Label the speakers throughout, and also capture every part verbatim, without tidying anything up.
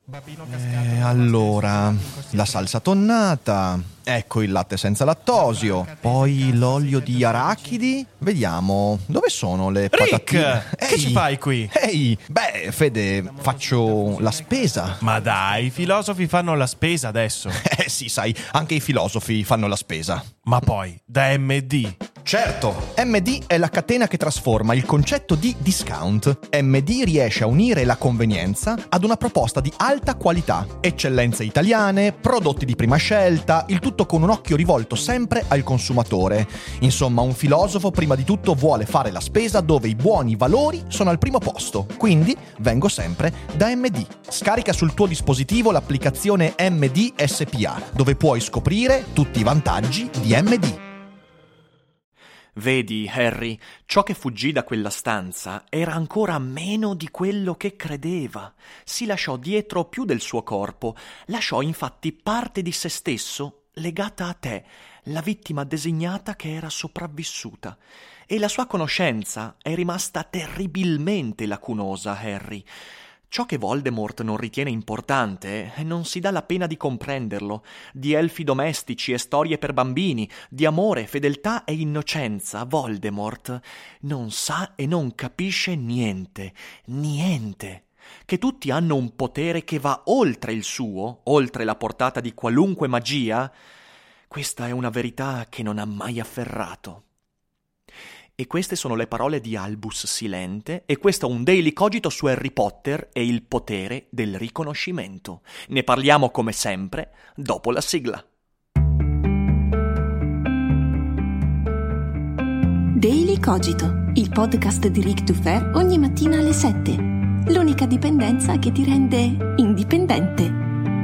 Speaker 1: E allora, la salsa tonnata, ecco il latte senza lattosio, poi l'olio di arachidi. Vediamo, dove sono le
Speaker 2: Rick,
Speaker 1: patatine?
Speaker 2: che
Speaker 1: Ehi,
Speaker 2: ci fai qui?
Speaker 1: Ehi, beh, Fede, faccio la spesa.
Speaker 2: Ma dai, i filosofi fanno la spesa adesso.
Speaker 1: Eh sì, sai, anche i filosofi fanno la spesa.
Speaker 2: Ma poi, da M D.
Speaker 1: Certo, M D è la catena che trasforma il concetto di discount. M D riesce a unire la convenienza ad una proposta di alta qualità, eccellenze italiane, prodotti di prima scelta, il tutto con un occhio rivolto sempre al consumatore. Insomma, un filosofo prima di tutto vuole fare la spesa dove i buoni valori sono al primo posto. Quindi vengo sempre da M D. Scarica sul tuo dispositivo l'applicazione M D S P A, dove puoi scoprire tutti i vantaggi di M D.
Speaker 3: Vedi, Harry, ciò che fuggì da quella stanza era ancora meno di quello che credeva. Si lasciò dietro più del suo corpo, lasciò infatti parte di se stesso legata a te, la vittima designata che era sopravvissuta. E la sua conoscenza è rimasta terribilmente lacunosa, Harry. Ciò che Voldemort non ritiene importante non si dà la pena di comprenderlo. Di elfi domestici e storie per bambini, di amore, fedeltà e innocenza, Voldemort non sa e non capisce niente, niente. Che tutti hanno un potere che va oltre il suo, oltre la portata di qualunque magia, questa è una verità che non ha mai afferrato. E queste sono le parole di Albus Silente, e questo è un Daily Cogito su Harry Potter e il potere del riconoscimento. Ne parliamo come sempre dopo la sigla.
Speaker 4: Daily Cogito, il podcast di Rick Dufer ogni mattina alle sette. L'unica dipendenza che ti rende indipendente.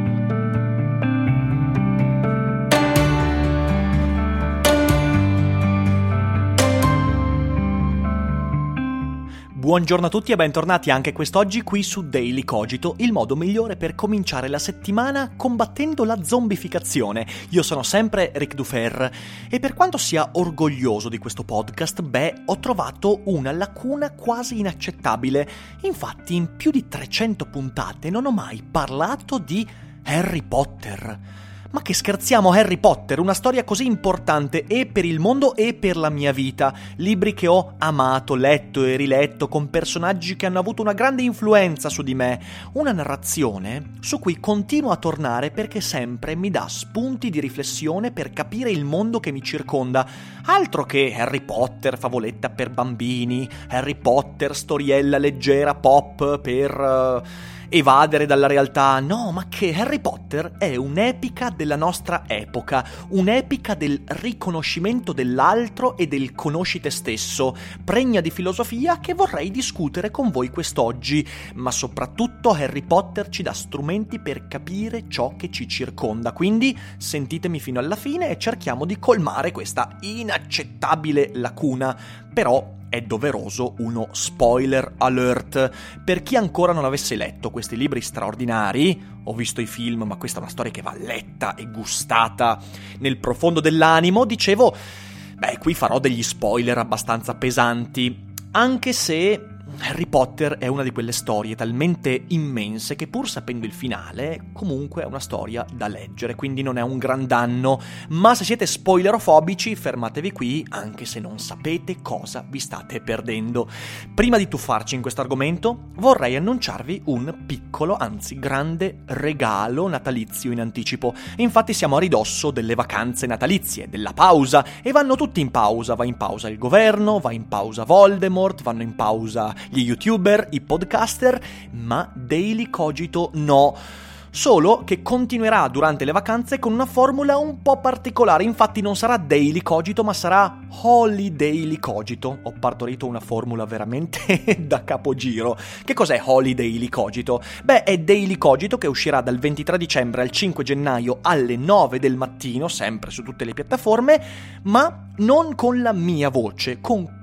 Speaker 3: Buongiorno a tutti e bentornati anche quest'oggi qui su Daily Cogito, il modo migliore per cominciare la settimana combattendo la zombificazione. Io sono sempre Rick Dufer e per quanto sia orgoglioso di questo podcast, beh, ho trovato una lacuna quasi inaccettabile. Infatti in più di trecento puntate non ho mai parlato di Harry Potter. Ma che scherziamo, Harry Potter, una storia così importante e per il mondo e per la mia vita. Libri che ho amato, letto e riletto, con personaggi che hanno avuto una grande influenza su di me. Una narrazione su cui continuo a tornare perché sempre mi dà spunti di riflessione per capire il mondo che mi circonda. Altro che Harry Potter, favoletta per bambini, Harry Potter, storiella leggera pop per... Uh... evadere dalla realtà. No, ma che Harry Potter è un'epica della nostra epoca, un'epica del riconoscimento dell'altro e del conosci te stesso, pregna di filosofia che vorrei discutere con voi quest'oggi, ma soprattutto Harry Potter ci dà strumenti per capire ciò che ci circonda, quindi sentitemi fino alla fine e cerchiamo di colmare questa inaccettabile lacuna. Però è doveroso uno spoiler alert. Per chi ancora non avesse letto questi libri straordinari, ho visto i film, ma questa è una storia che va letta e gustata nel profondo dell'animo, dicevo, beh, qui farò degli spoiler abbastanza pesanti, anche se Harry Potter è una di quelle storie talmente immense che pur sapendo il finale comunque è una storia da leggere, quindi non è un gran danno, ma se siete spoilerofobici fermatevi qui anche se non sapete cosa vi state perdendo. Prima di tuffarci in questo argomento vorrei annunciarvi un piccolo, anzi grande regalo natalizio in anticipo. Infatti siamo a ridosso delle vacanze natalizie, della pausa, e vanno tutti in pausa. Va in pausa il governo, va in pausa Voldemort, vanno in pausa gli youtuber, i podcaster, ma Daily Cogito no. Solo che continuerà durante le vacanze con una formula un po' particolare. Infatti non sarà Daily Cogito, ma sarà Holiday Cogito. Ho partorito una formula veramente da capogiro. Che cos'è Holiday Cogito? Beh, è Daily Cogito che uscirà dal ventitré dicembre al cinque gennaio alle nove del mattino, sempre su tutte le piattaforme, ma non con la mia voce, con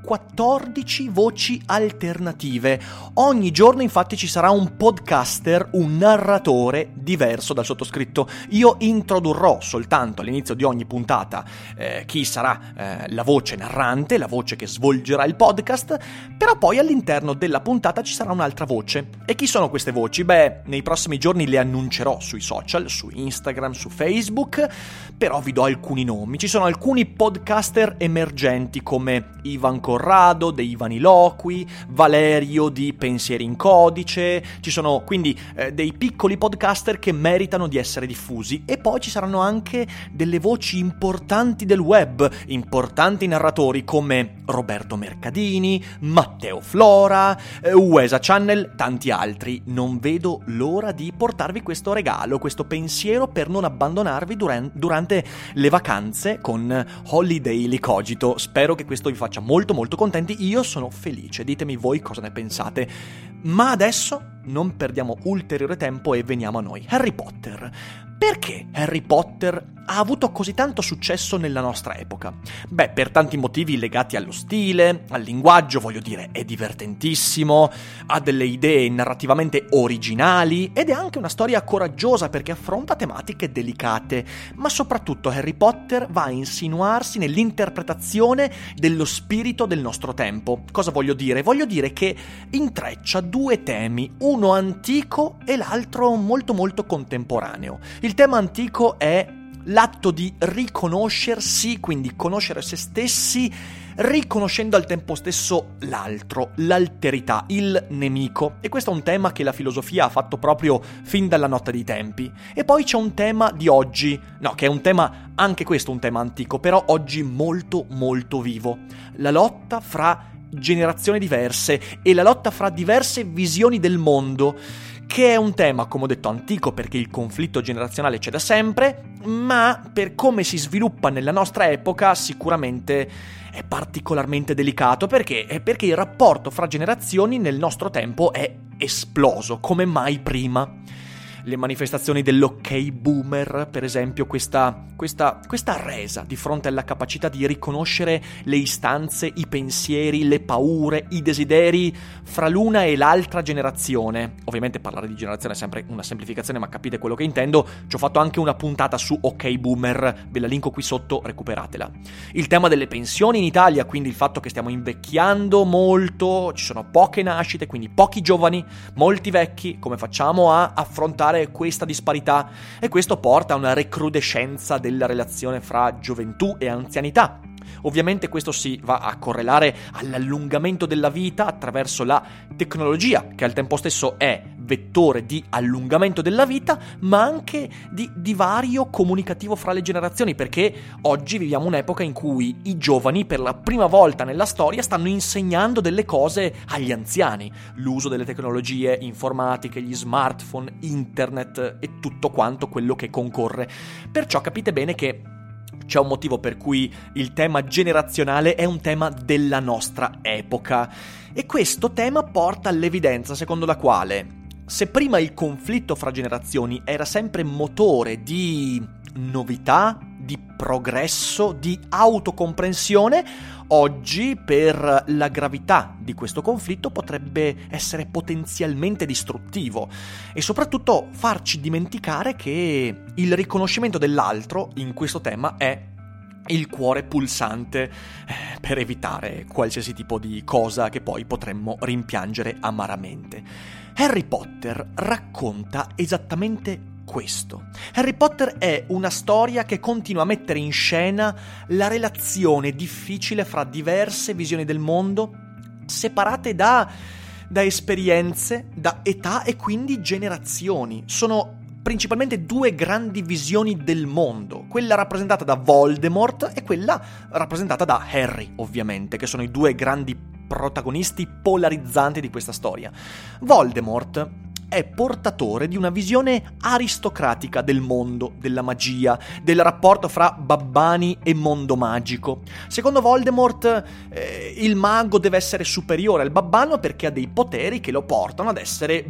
Speaker 3: quattordici voci alternative. Ogni giorno infatti ci sarà un podcaster, un narratore diverso dal sottoscritto. Io introdurrò soltanto all'inizio di ogni puntata eh, chi sarà eh, la voce narrante, la voce che svolgerà il podcast, però poi all'interno della puntata ci sarà un'altra voce. E chi sono queste voci? Beh, nei prossimi giorni le annuncerò sui social, su Instagram, su Facebook, però vi do alcuni nomi. Ci sono alcuni podcaster emergenti come Ivan Corrado dei Vaniloqui, Valerio di Pensieri in Codice. Ci sono quindi eh, dei piccoli podcaster che meritano di essere diffusi, e poi ci saranno anche delle voci importanti del web, importanti narratori come Roberto Mercadini, Matteo Flora, eh, Uesa Channel, tanti altri. Non vedo l'ora di portarvi questo regalo, questo pensiero per non abbandonarvi duran- durante le vacanze con Holiday Licogito. Spero che questo vi faccia molto molto contenti. Io sono felice, ditemi voi cosa ne pensate. Ma adesso non perdiamo ulteriore tempo e veniamo a noi. Harry Potter. Perché Harry Potter ha avuto così tanto successo nella nostra epoca? Beh, per tanti motivi legati allo stile, al linguaggio, voglio dire, è divertentissimo, ha delle idee narrativamente originali ed è anche una storia coraggiosa perché affronta tematiche delicate, ma soprattutto Harry Potter va a insinuarsi nell'interpretazione dello spirito del nostro tempo. Cosa voglio dire? Voglio dire che intreccia due temi, uno antico e l'altro molto molto contemporaneo. Il tema antico è l'atto di riconoscersi, quindi conoscere se stessi, riconoscendo al tempo stesso l'altro, l'alterità, il nemico. E questo è un tema che la filosofia ha fatto proprio fin dalla notte dei tempi. E poi c'è un tema di oggi, no, che è un tema, anche questo un tema antico, però oggi molto molto vivo. La lotta fra generazioni diverse e la lotta fra diverse visioni del mondo, che è un tema, come ho detto, antico perché il conflitto generazionale c'è da sempre, ma per come si sviluppa nella nostra epoca sicuramente è particolarmente delicato. Perché? È perché il rapporto fra generazioni nel nostro tempo è esploso come mai prima. Le manifestazioni dell'ok boomer, per esempio, questa, questa, questa resa di fronte alla capacità di riconoscere le istanze, i pensieri, le paure, i desideri fra l'una e l'altra generazione. Ovviamente parlare di generazione è sempre una semplificazione, ma capite quello che intendo. Ci ho fatto anche una puntata su ok boomer, ve la linko qui sotto, recuperatela. Il tema delle pensioni in Italia, quindi il fatto che stiamo invecchiando molto, ci sono poche nascite, quindi pochi giovani, molti vecchi. Come facciamo a affrontare questa disparità? E questo porta a una recrudescenza della relazione fra gioventù e anzianità. Ovviamente questo si va a correlare all'allungamento della vita attraverso la tecnologia, che al tempo stesso è vettore di allungamento della vita, ma anche di divario comunicativo fra le generazioni, perché oggi viviamo un'epoca in cui i giovani per la prima volta nella storia stanno insegnando delle cose agli anziani: l'uso delle tecnologie informatiche, gli smartphone, internet e tutto quanto quello che concorre. Perciò capite bene che c'è un motivo per cui il tema generazionale è un tema della nostra epoca, e questo tema porta all'evidenza secondo la quale, se prima il conflitto fra generazioni era sempre motore di novità, di progresso, di autocomprensione, oggi per la gravità di questo conflitto potrebbe essere potenzialmente distruttivo e soprattutto farci dimenticare che il riconoscimento dell'altro in questo tema è il cuore pulsante per evitare qualsiasi tipo di cosa che poi potremmo rimpiangere amaramente. Harry Potter racconta esattamente questo. Harry Potter è una storia che continua a mettere in scena la relazione difficile fra diverse visioni del mondo, separate da, da esperienze, da età e quindi generazioni. Sono principalmente due grandi visioni del mondo, quella rappresentata da Voldemort e quella rappresentata da Harry, ovviamente, che sono i due grandi protagonisti polarizzanti di questa storia. Voldemort è portatore di una visione aristocratica del mondo, della magia, del rapporto fra babbani e mondo magico. Secondo Voldemort, eh, il mago deve essere superiore al babbano perché ha dei poteri che lo portano ad essere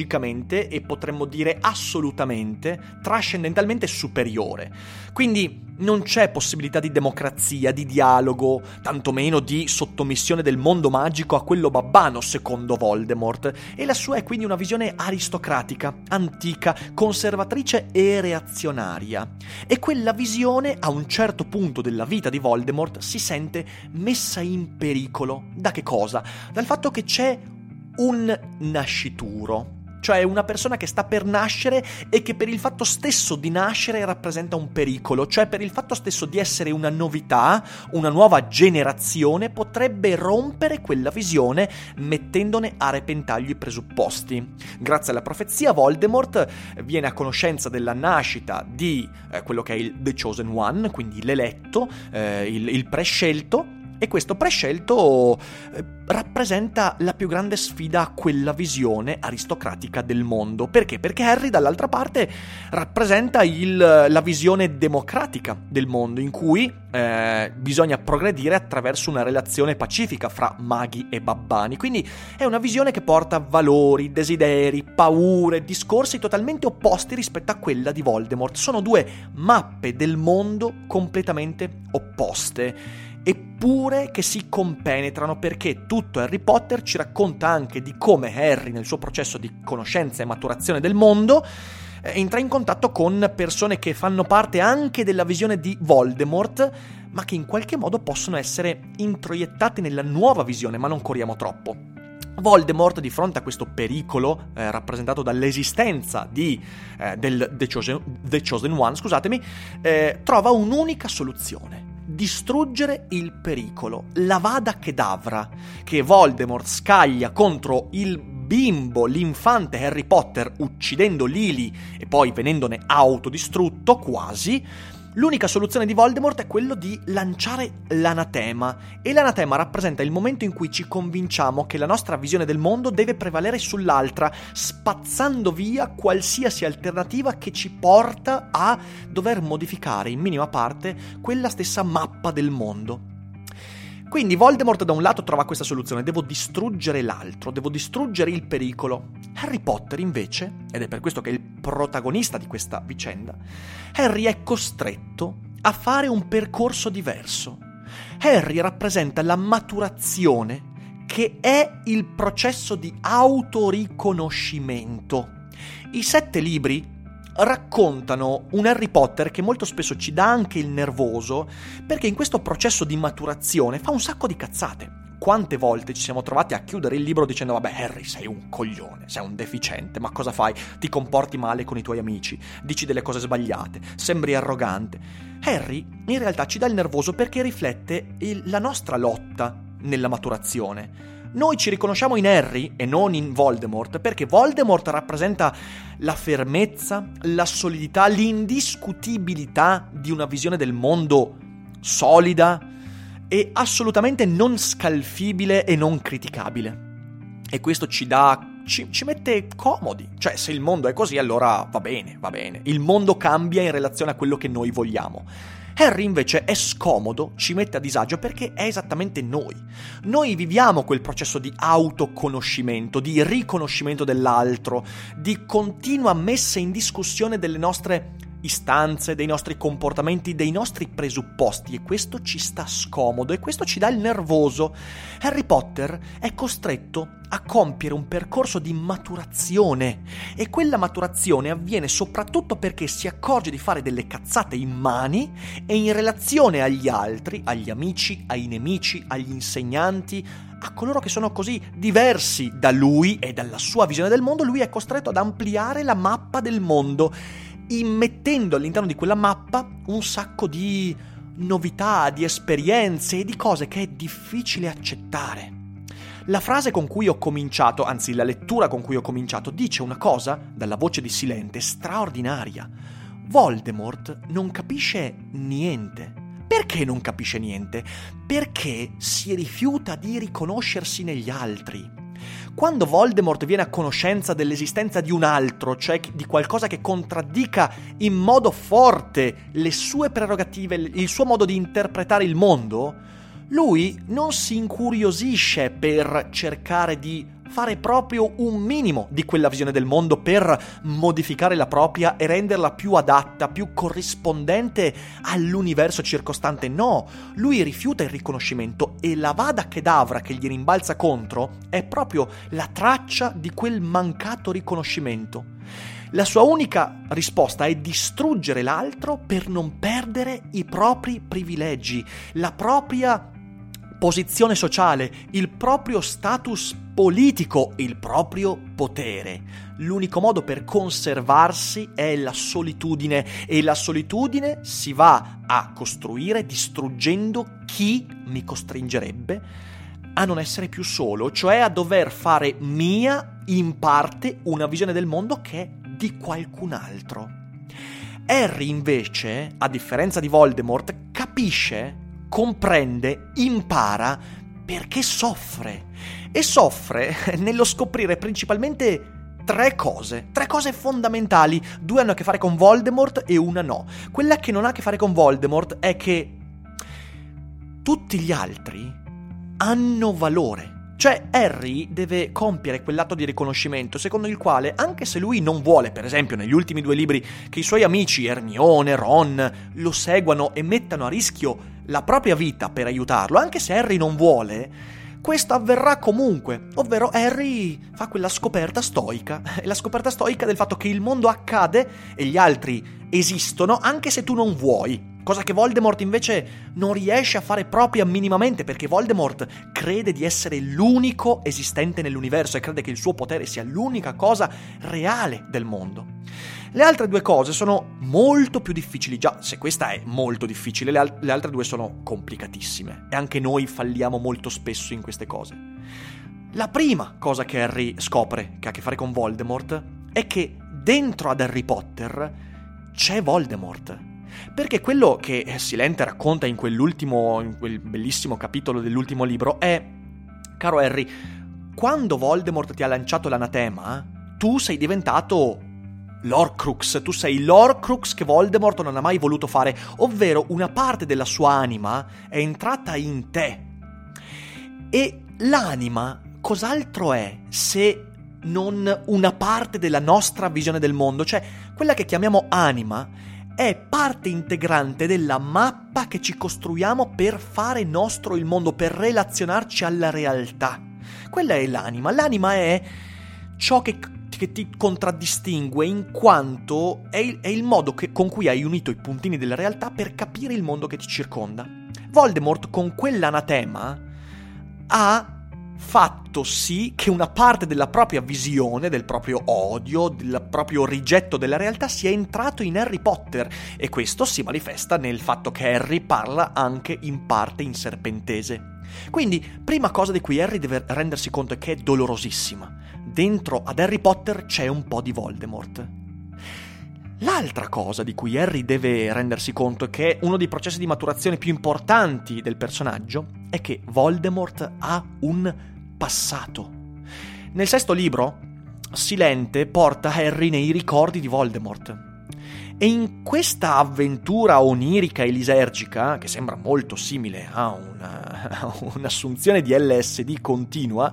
Speaker 3: biologicamente e potremmo dire assolutamente, trascendentalmente superiore. Quindi Non c'è possibilità di democrazia, di dialogo, tantomeno di sottomissione del mondo magico a quello babbano, secondo Voldemort, e la sua è quindi una visione aristocratica, antica, conservatrice e reazionaria. E quella visione, a un certo punto della vita di Voldemort, si sente messa in pericolo. Da che cosa? Dal fatto che c'è un nascituro. Cioè una persona che sta per nascere e che per il fatto stesso di nascere rappresenta un pericolo, cioè per il fatto stesso di essere una novità, una nuova generazione, potrebbe rompere quella visione mettendone a repentaglio i presupposti. Grazie alla profezia, Voldemort viene a conoscenza della nascita di eh, quello che è il The Chosen One, quindi l'eletto, eh, il, il prescelto, e questo prescelto eh, rappresenta la più grande sfida a quella visione aristocratica del mondo. Perché? Perché Harry, dall'altra parte, rappresenta il, la visione democratica del mondo, in cui eh, bisogna progredire attraverso una relazione pacifica fra maghi e babbani. Quindi è una visione che porta valori, desideri, paure, discorsi totalmente opposti rispetto a quella di Voldemort. Sono due mappe del mondo completamente opposte, eppure che si compenetrano, perché tutto Harry Potter ci racconta anche di come Harry, nel suo processo di conoscenza e maturazione del mondo, eh, entra in contatto con persone che fanno parte anche della visione di Voldemort, ma che in qualche modo possono essere introiettate nella nuova visione, ma non corriamo troppo. Voldemort, di fronte a questo pericolo eh, rappresentato dall'esistenza di, eh, del The Chosen, The Chosen One, scusatemi, eh, trova un'unica soluzione: distruggere il pericolo, l'Avada Kedavra, che Voldemort scaglia contro il bimbo, l'infante Harry Potter, uccidendo Lily e poi venendone autodistrutto quasi. L'unica soluzione di Voldemort è quello di lanciare l'anatema, e l'anatema rappresenta il momento in cui ci convinciamo che la nostra visione del mondo deve prevalere sull'altra, spazzando via qualsiasi alternativa che ci porta a dover modificare in minima parte quella stessa mappa del mondo. Quindi Voldemort da un lato trova questa soluzione: devo distruggere l'altro, devo distruggere il pericolo. Harry Potter invece, ed è per questo che è il protagonista di questa vicenda, Harry è costretto a fare un percorso diverso. Harry rappresenta la maturazione, che è il processo di autoriconoscimento. I sette libri raccontano un Harry Potter che molto spesso ci dà anche il nervoso, perché in questo processo di maturazione fa un sacco di cazzate. Quante volte ci siamo trovati a chiudere il libro dicendo: vabbè Harry, sei un coglione, sei un deficiente, ma cosa fai? Ti comporti male con i tuoi amici, dici delle cose sbagliate, sembri arrogante. Harry in realtà ci dà il nervoso perché riflette il, la nostra lotta nella maturazione. Noi ci riconosciamo in Harry e non in Voldemort, perché Voldemort rappresenta la fermezza, la solidità, l'indiscutibilità di una visione del mondo solida e assolutamente non scalfibile e non criticabile. E questo ci dà, ci, ci mette comodi. Cioè, se il mondo è così, allora va bene, va bene. Il mondo cambia in relazione a quello che noi vogliamo. Harry invece è scomodo, ci mette a disagio perché è esattamente noi. Noi viviamo quel processo di autoconoscimento, di riconoscimento dell'altro, di continua messa in discussione delle nostre istanze, dei nostri comportamenti, dei nostri presupposti, e questo ci sta scomodo e questo ci dà il nervoso. Harry Potter è costretto a compiere un percorso di maturazione, e quella maturazione avviene soprattutto perché si accorge di fare delle cazzate immani, e in relazione agli altri, agli amici, ai nemici, agli insegnanti, a coloro che sono così diversi da lui e dalla sua visione del mondo, lui è costretto ad ampliare la mappa del mondo, immettendo all'interno di quella mappa un sacco di novità, di esperienze e di cose che è difficile accettare. La frase con cui ho cominciato, anzi la lettura con cui ho cominciato, dice una cosa, dalla voce di Silente, straordinaria. Voldemort non capisce niente. Perché non capisce niente? Perché si rifiuta di riconoscersi negli altri. Quando Voldemort viene a conoscenza dell'esistenza di un altro, cioè di qualcosa che contraddica in modo forte le sue prerogative, il suo modo di interpretare il mondo, lui non si incuriosisce per cercare di fare proprio un minimo di quella visione del mondo per modificare la propria e renderla più adatta, più corrispondente all'universo circostante. No, lui rifiuta il riconoscimento e l'Avada Kedavra che gli rimbalza contro è proprio la traccia di quel mancato riconoscimento. La sua unica risposta è distruggere l'altro per non perdere i propri privilegi, la propria posizione sociale, il proprio status politico, il proprio potere. L'unico modo per conservarsi è la solitudine e la solitudine si va a costruire distruggendo chi mi costringerebbe a non essere più solo, cioè a dover fare mia in parte una visione del mondo che è di qualcun altro. Harry invece, a differenza di Voldemort, capisce, comprende, impara perché soffre. E soffre nello scoprire principalmente tre cose, tre cose fondamentali. Due hanno a che fare con Voldemort e una no. Quella che non ha a che fare con Voldemort è che tutti gli altri hanno valore. Cioè Harry deve compiere quell'atto di riconoscimento secondo il quale, anche se lui non vuole, per esempio negli ultimi due libri, che i suoi amici Hermione, Ron lo seguano e mettano a rischio la propria vita per aiutarlo, anche se Harry non vuole, questo avverrà comunque, ovvero Harry fa quella scoperta stoica, la scoperta stoica del fatto che il mondo accade e gli altri esistono anche se tu non vuoi. Cosa che Voldemort invece non riesce a fare propria minimamente, perché Voldemort crede di essere l'unico esistente nell'universo e crede che il suo potere sia l'unica cosa reale del mondo. Le altre due cose sono molto più difficili, già se questa è molto difficile, le, al- le altre due sono complicatissime e anche noi falliamo molto spesso in queste cose. La prima cosa che Harry scopre, che ha a che fare con Voldemort, è che dentro ad Harry Potter c'è Voldemort. Perché quello che Silente racconta in quell'ultimo, in quel bellissimo capitolo dell'ultimo libro è: caro Harry, quando Voldemort ti ha lanciato l'anatema, tu sei diventato l'Horcrux, tu sei l'Horcrux che Voldemort non ha mai voluto fare, ovvero una parte della sua anima è entrata in te. E l'anima cos'altro è se non una parte della nostra visione del mondo? Cioè, quella che chiamiamo anima è parte integrante della mappa che ci costruiamo per fare nostro il mondo, per relazionarci alla realtà. Quella è l'anima. L'anima è ciò che, che ti contraddistingue, in quanto è il, è il modo che, con cui hai unito i puntini della realtà per capire il mondo che ti circonda. Voldemort con quell'anatema ha fatto sì che una parte della propria visione, del proprio odio, del proprio rigetto della realtà sia entrato in Harry Potter, e questo si manifesta nel fatto che Harry parla anche in parte in serpentese. Quindi, prima cosa di cui Harry deve rendersi conto è che è dolorosissima. Dentro ad Harry Potter c'è un po' di Voldemort. L'altra cosa di cui Harry deve rendersi conto, e che è uno dei processi di maturazione più importanti del personaggio, è che Voldemort ha un passato. Nel sesto libro, Silente porta Harry nei ricordi di Voldemort. E in questa avventura onirica e lisergica, che sembra molto simile a, una, a un'assunzione di L S D continua,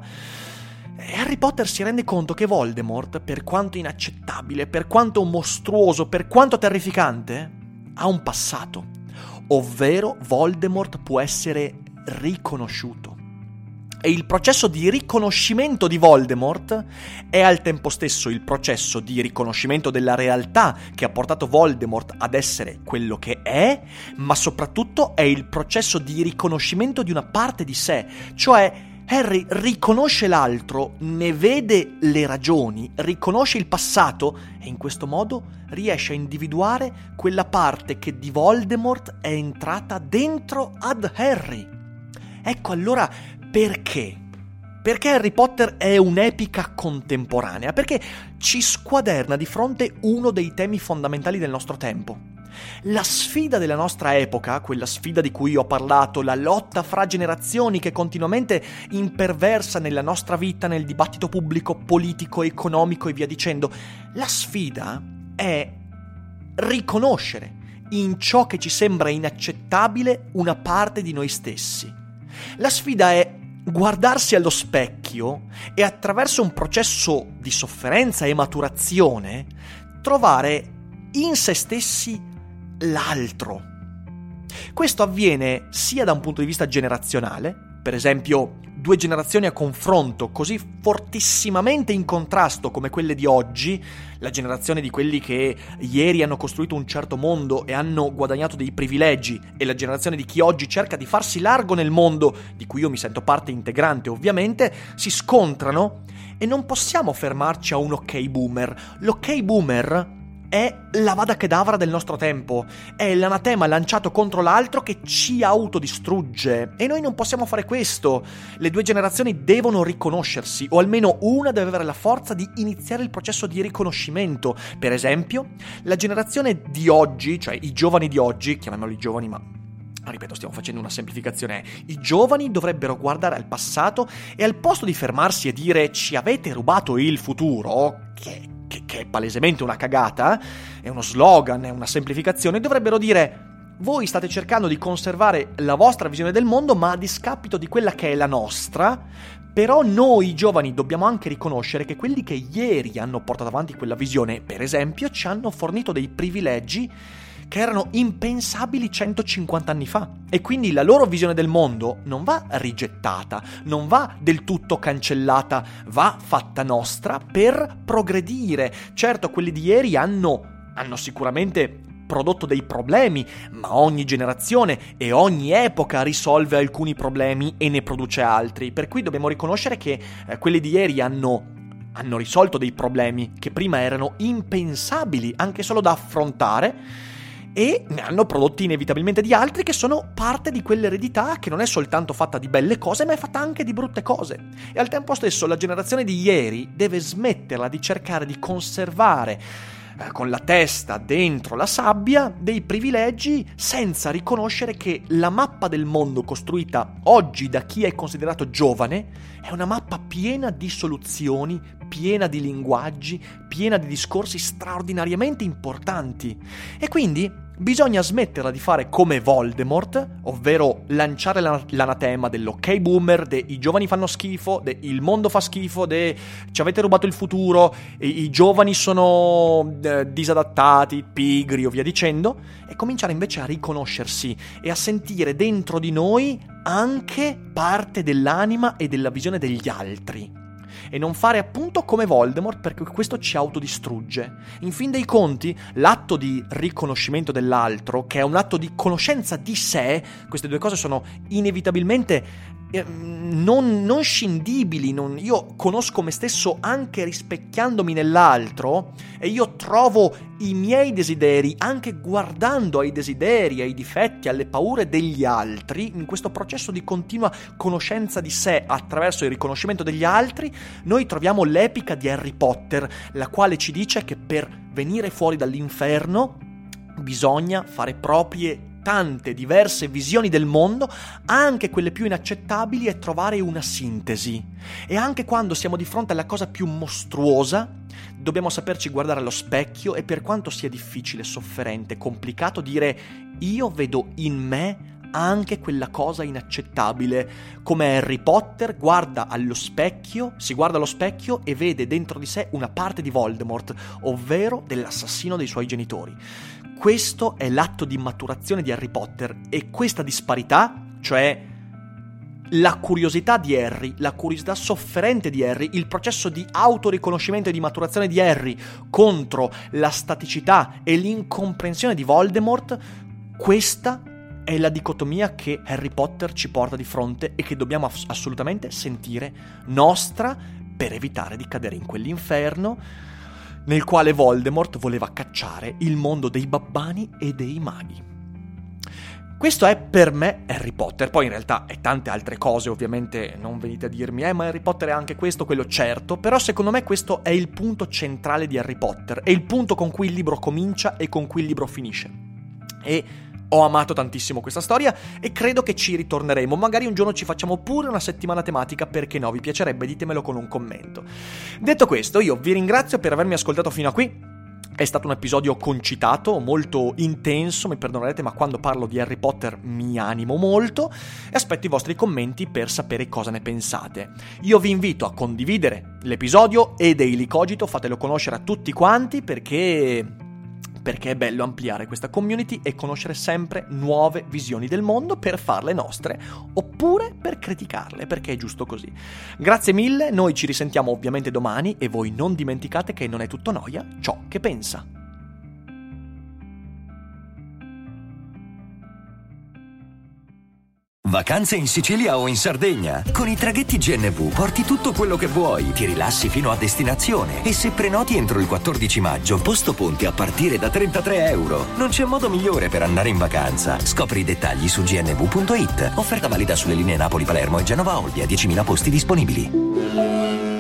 Speaker 3: Harry Potter si rende conto che Voldemort, per quanto inaccettabile, per quanto mostruoso, per quanto terrificante, ha un passato, ovvero Voldemort può essere riconosciuto. E il processo di riconoscimento di Voldemort è al tempo stesso il processo di riconoscimento della realtà che ha portato Voldemort ad essere quello che è, ma soprattutto è il processo di riconoscimento di una parte di sé, cioè Harry riconosce l'altro, ne vede le ragioni, riconosce il passato e in questo modo riesce a individuare quella parte che di Voldemort è entrata dentro ad Harry. Ecco allora perché? Perché Harry Potter è un'epica contemporanea, perché ci squaderna di fronte uno dei temi fondamentali del nostro tempo. La sfida della nostra epoca, quella sfida di cui ho parlato, la lotta fra generazioni che continuamente imperversa nella nostra vita, nel dibattito pubblico, politico, economico e via dicendo, la sfida è riconoscere in ciò che ci sembra inaccettabile una parte di noi stessi. La sfida è guardarsi allo specchio e attraverso un processo di sofferenza e maturazione trovare in se stessi l'altro. Questo avviene sia da un punto di vista generazionale, per esempio due generazioni a confronto così fortissimamente in contrasto come quelle di oggi, la generazione di quelli che ieri hanno costruito un certo mondo e hanno guadagnato dei privilegi e la generazione di chi oggi cerca di farsi largo nel mondo, di cui io mi sento parte integrante ovviamente, si scontrano e non possiamo fermarci a un ok boomer. L'ok boomer è l'Avada Kedavra del nostro tempo, è l'anatema lanciato contro l'altro che ci autodistrugge e noi non possiamo fare questo. Le due generazioni devono riconoscersi, o almeno una deve avere la forza di iniziare il processo di riconoscimento. Per esempio, la generazione di oggi, cioè i giovani di oggi, chiamiamoli giovani ma ripeto, stiamo facendo una semplificazione. I giovani dovrebbero guardare al passato e al posto di fermarsi e dire ci avete rubato il futuro, che Che, che è palesemente una cagata, è uno slogan, è una semplificazione, dovrebbero dire voi state cercando di conservare la vostra visione del mondo ma a discapito di quella che è la nostra, però noi giovani dobbiamo anche riconoscere che quelli che ieri hanno portato avanti quella visione, per esempio, ci hanno fornito dei privilegi che erano impensabili centocinquanta anni fa e quindi la loro visione del mondo non va rigettata, non va del tutto cancellata, va fatta nostra per progredire. Certo, quelli di ieri hanno, hanno sicuramente prodotto dei problemi, ma ogni generazione e ogni epoca risolve alcuni problemi e ne produce altri, per cui dobbiamo riconoscere che eh, quelli di ieri hanno hanno risolto dei problemi che prima erano impensabili anche solo da affrontare e ne hanno prodotti inevitabilmente di altri che sono parte di quell'eredità che non è soltanto fatta di belle cose ma è fatta anche di brutte cose. E al tempo stesso la generazione di ieri deve smetterla di cercare di conservare eh, con la testa dentro la sabbia dei privilegi senza riconoscere che la mappa del mondo costruita oggi da chi è considerato giovane è una mappa piena di soluzioni, piena di linguaggi, piena di discorsi straordinariamente importanti. E quindi bisogna smetterla di fare come Voldemort, ovvero lanciare l'anatema dell'ok boomer, de i giovani fanno schifo, de il mondo fa schifo, de ci avete rubato il futuro, i, i giovani sono eh, disadattati, pigri o via dicendo, e cominciare invece a riconoscersi e a sentire dentro di noi anche parte dell'anima e della visione degli altri. E non fare appunto come Voldemort, perché questo ci autodistrugge. In fin dei conti, l'atto di riconoscimento dell'altro, che è un atto di conoscenza di sé, queste due cose sono inevitabilmente eh, non, non scindibili. Non, io conosco me stesso anche rispecchiandomi nell'altro e io trovo i miei desideri anche guardando ai desideri, ai difetti, alle paure degli altri. In questo processo di continua conoscenza di sé attraverso il riconoscimento degli altri, noi troviamo l'epica di Harry Potter, la quale ci dice che per venire fuori dall'inferno bisogna fare proprie tante diverse visioni del mondo, anche quelle più inaccettabili, e trovare una sintesi. E anche quando siamo di fronte alla cosa più mostruosa, dobbiamo saperci guardare allo specchio e, per quanto sia difficile, sofferente, complicato, dire io vedo in me anche quella cosa inaccettabile, come Harry Potter guarda allo specchio, si guarda allo specchio e vede dentro di sé una parte di Voldemort, ovvero dell'assassino dei suoi genitori. Questo è l'atto di maturazione di Harry Potter, e questa disparità, cioè la curiosità di Harry, la curiosità sofferente di Harry, il processo di autoriconoscimento e di maturazione di Harry contro la staticità e l'incomprensione di Voldemort, questa è la dicotomia che Harry Potter ci porta di fronte e che dobbiamo ass- assolutamente sentire nostra per evitare di cadere in quell'inferno nel quale Voldemort voleva cacciare il mondo dei babbani e dei maghi. Questo è per me Harry Potter. Poi in realtà è tante altre cose, ovviamente non venite a dirmi eh ma Harry Potter è anche questo, quello, certo, però secondo me questo è il punto centrale di Harry Potter, è il punto con cui il libro comincia e con cui il libro finisce. E ho amato tantissimo questa storia e credo che ci ritorneremo. Magari un giorno ci facciamo pure una settimana tematica, perché no? Vi piacerebbe? Ditemelo con un commento. Detto questo, io vi ringrazio per avermi ascoltato fino a qui. È stato un episodio concitato, molto intenso, mi perdonerete, ma quando parlo di Harry Potter mi animo molto e aspetto i vostri commenti per sapere cosa ne pensate. Io vi invito a condividere l'episodio e Daily Cogito, fatelo conoscere a tutti quanti perché... perché è bello ampliare questa community e conoscere sempre nuove visioni del mondo per farle nostre, oppure per criticarle, perché è giusto così. Grazie mille, noi ci risentiamo ovviamente domani e voi non dimenticate che non è tutto noia ciò che pensa.
Speaker 5: Vacanze in Sicilia o in Sardegna? Con i traghetti G N V porti tutto quello che vuoi, ti rilassi fino a destinazione e se prenoti entro il quattordici maggio, posto ponti a partire da trentatré euro. Non c'è modo migliore per andare in vacanza. Scopri i dettagli su g n v punto i t. Offerta valida sulle linee Napoli-Palermo e Genova-Olbia, diecimila posti disponibili.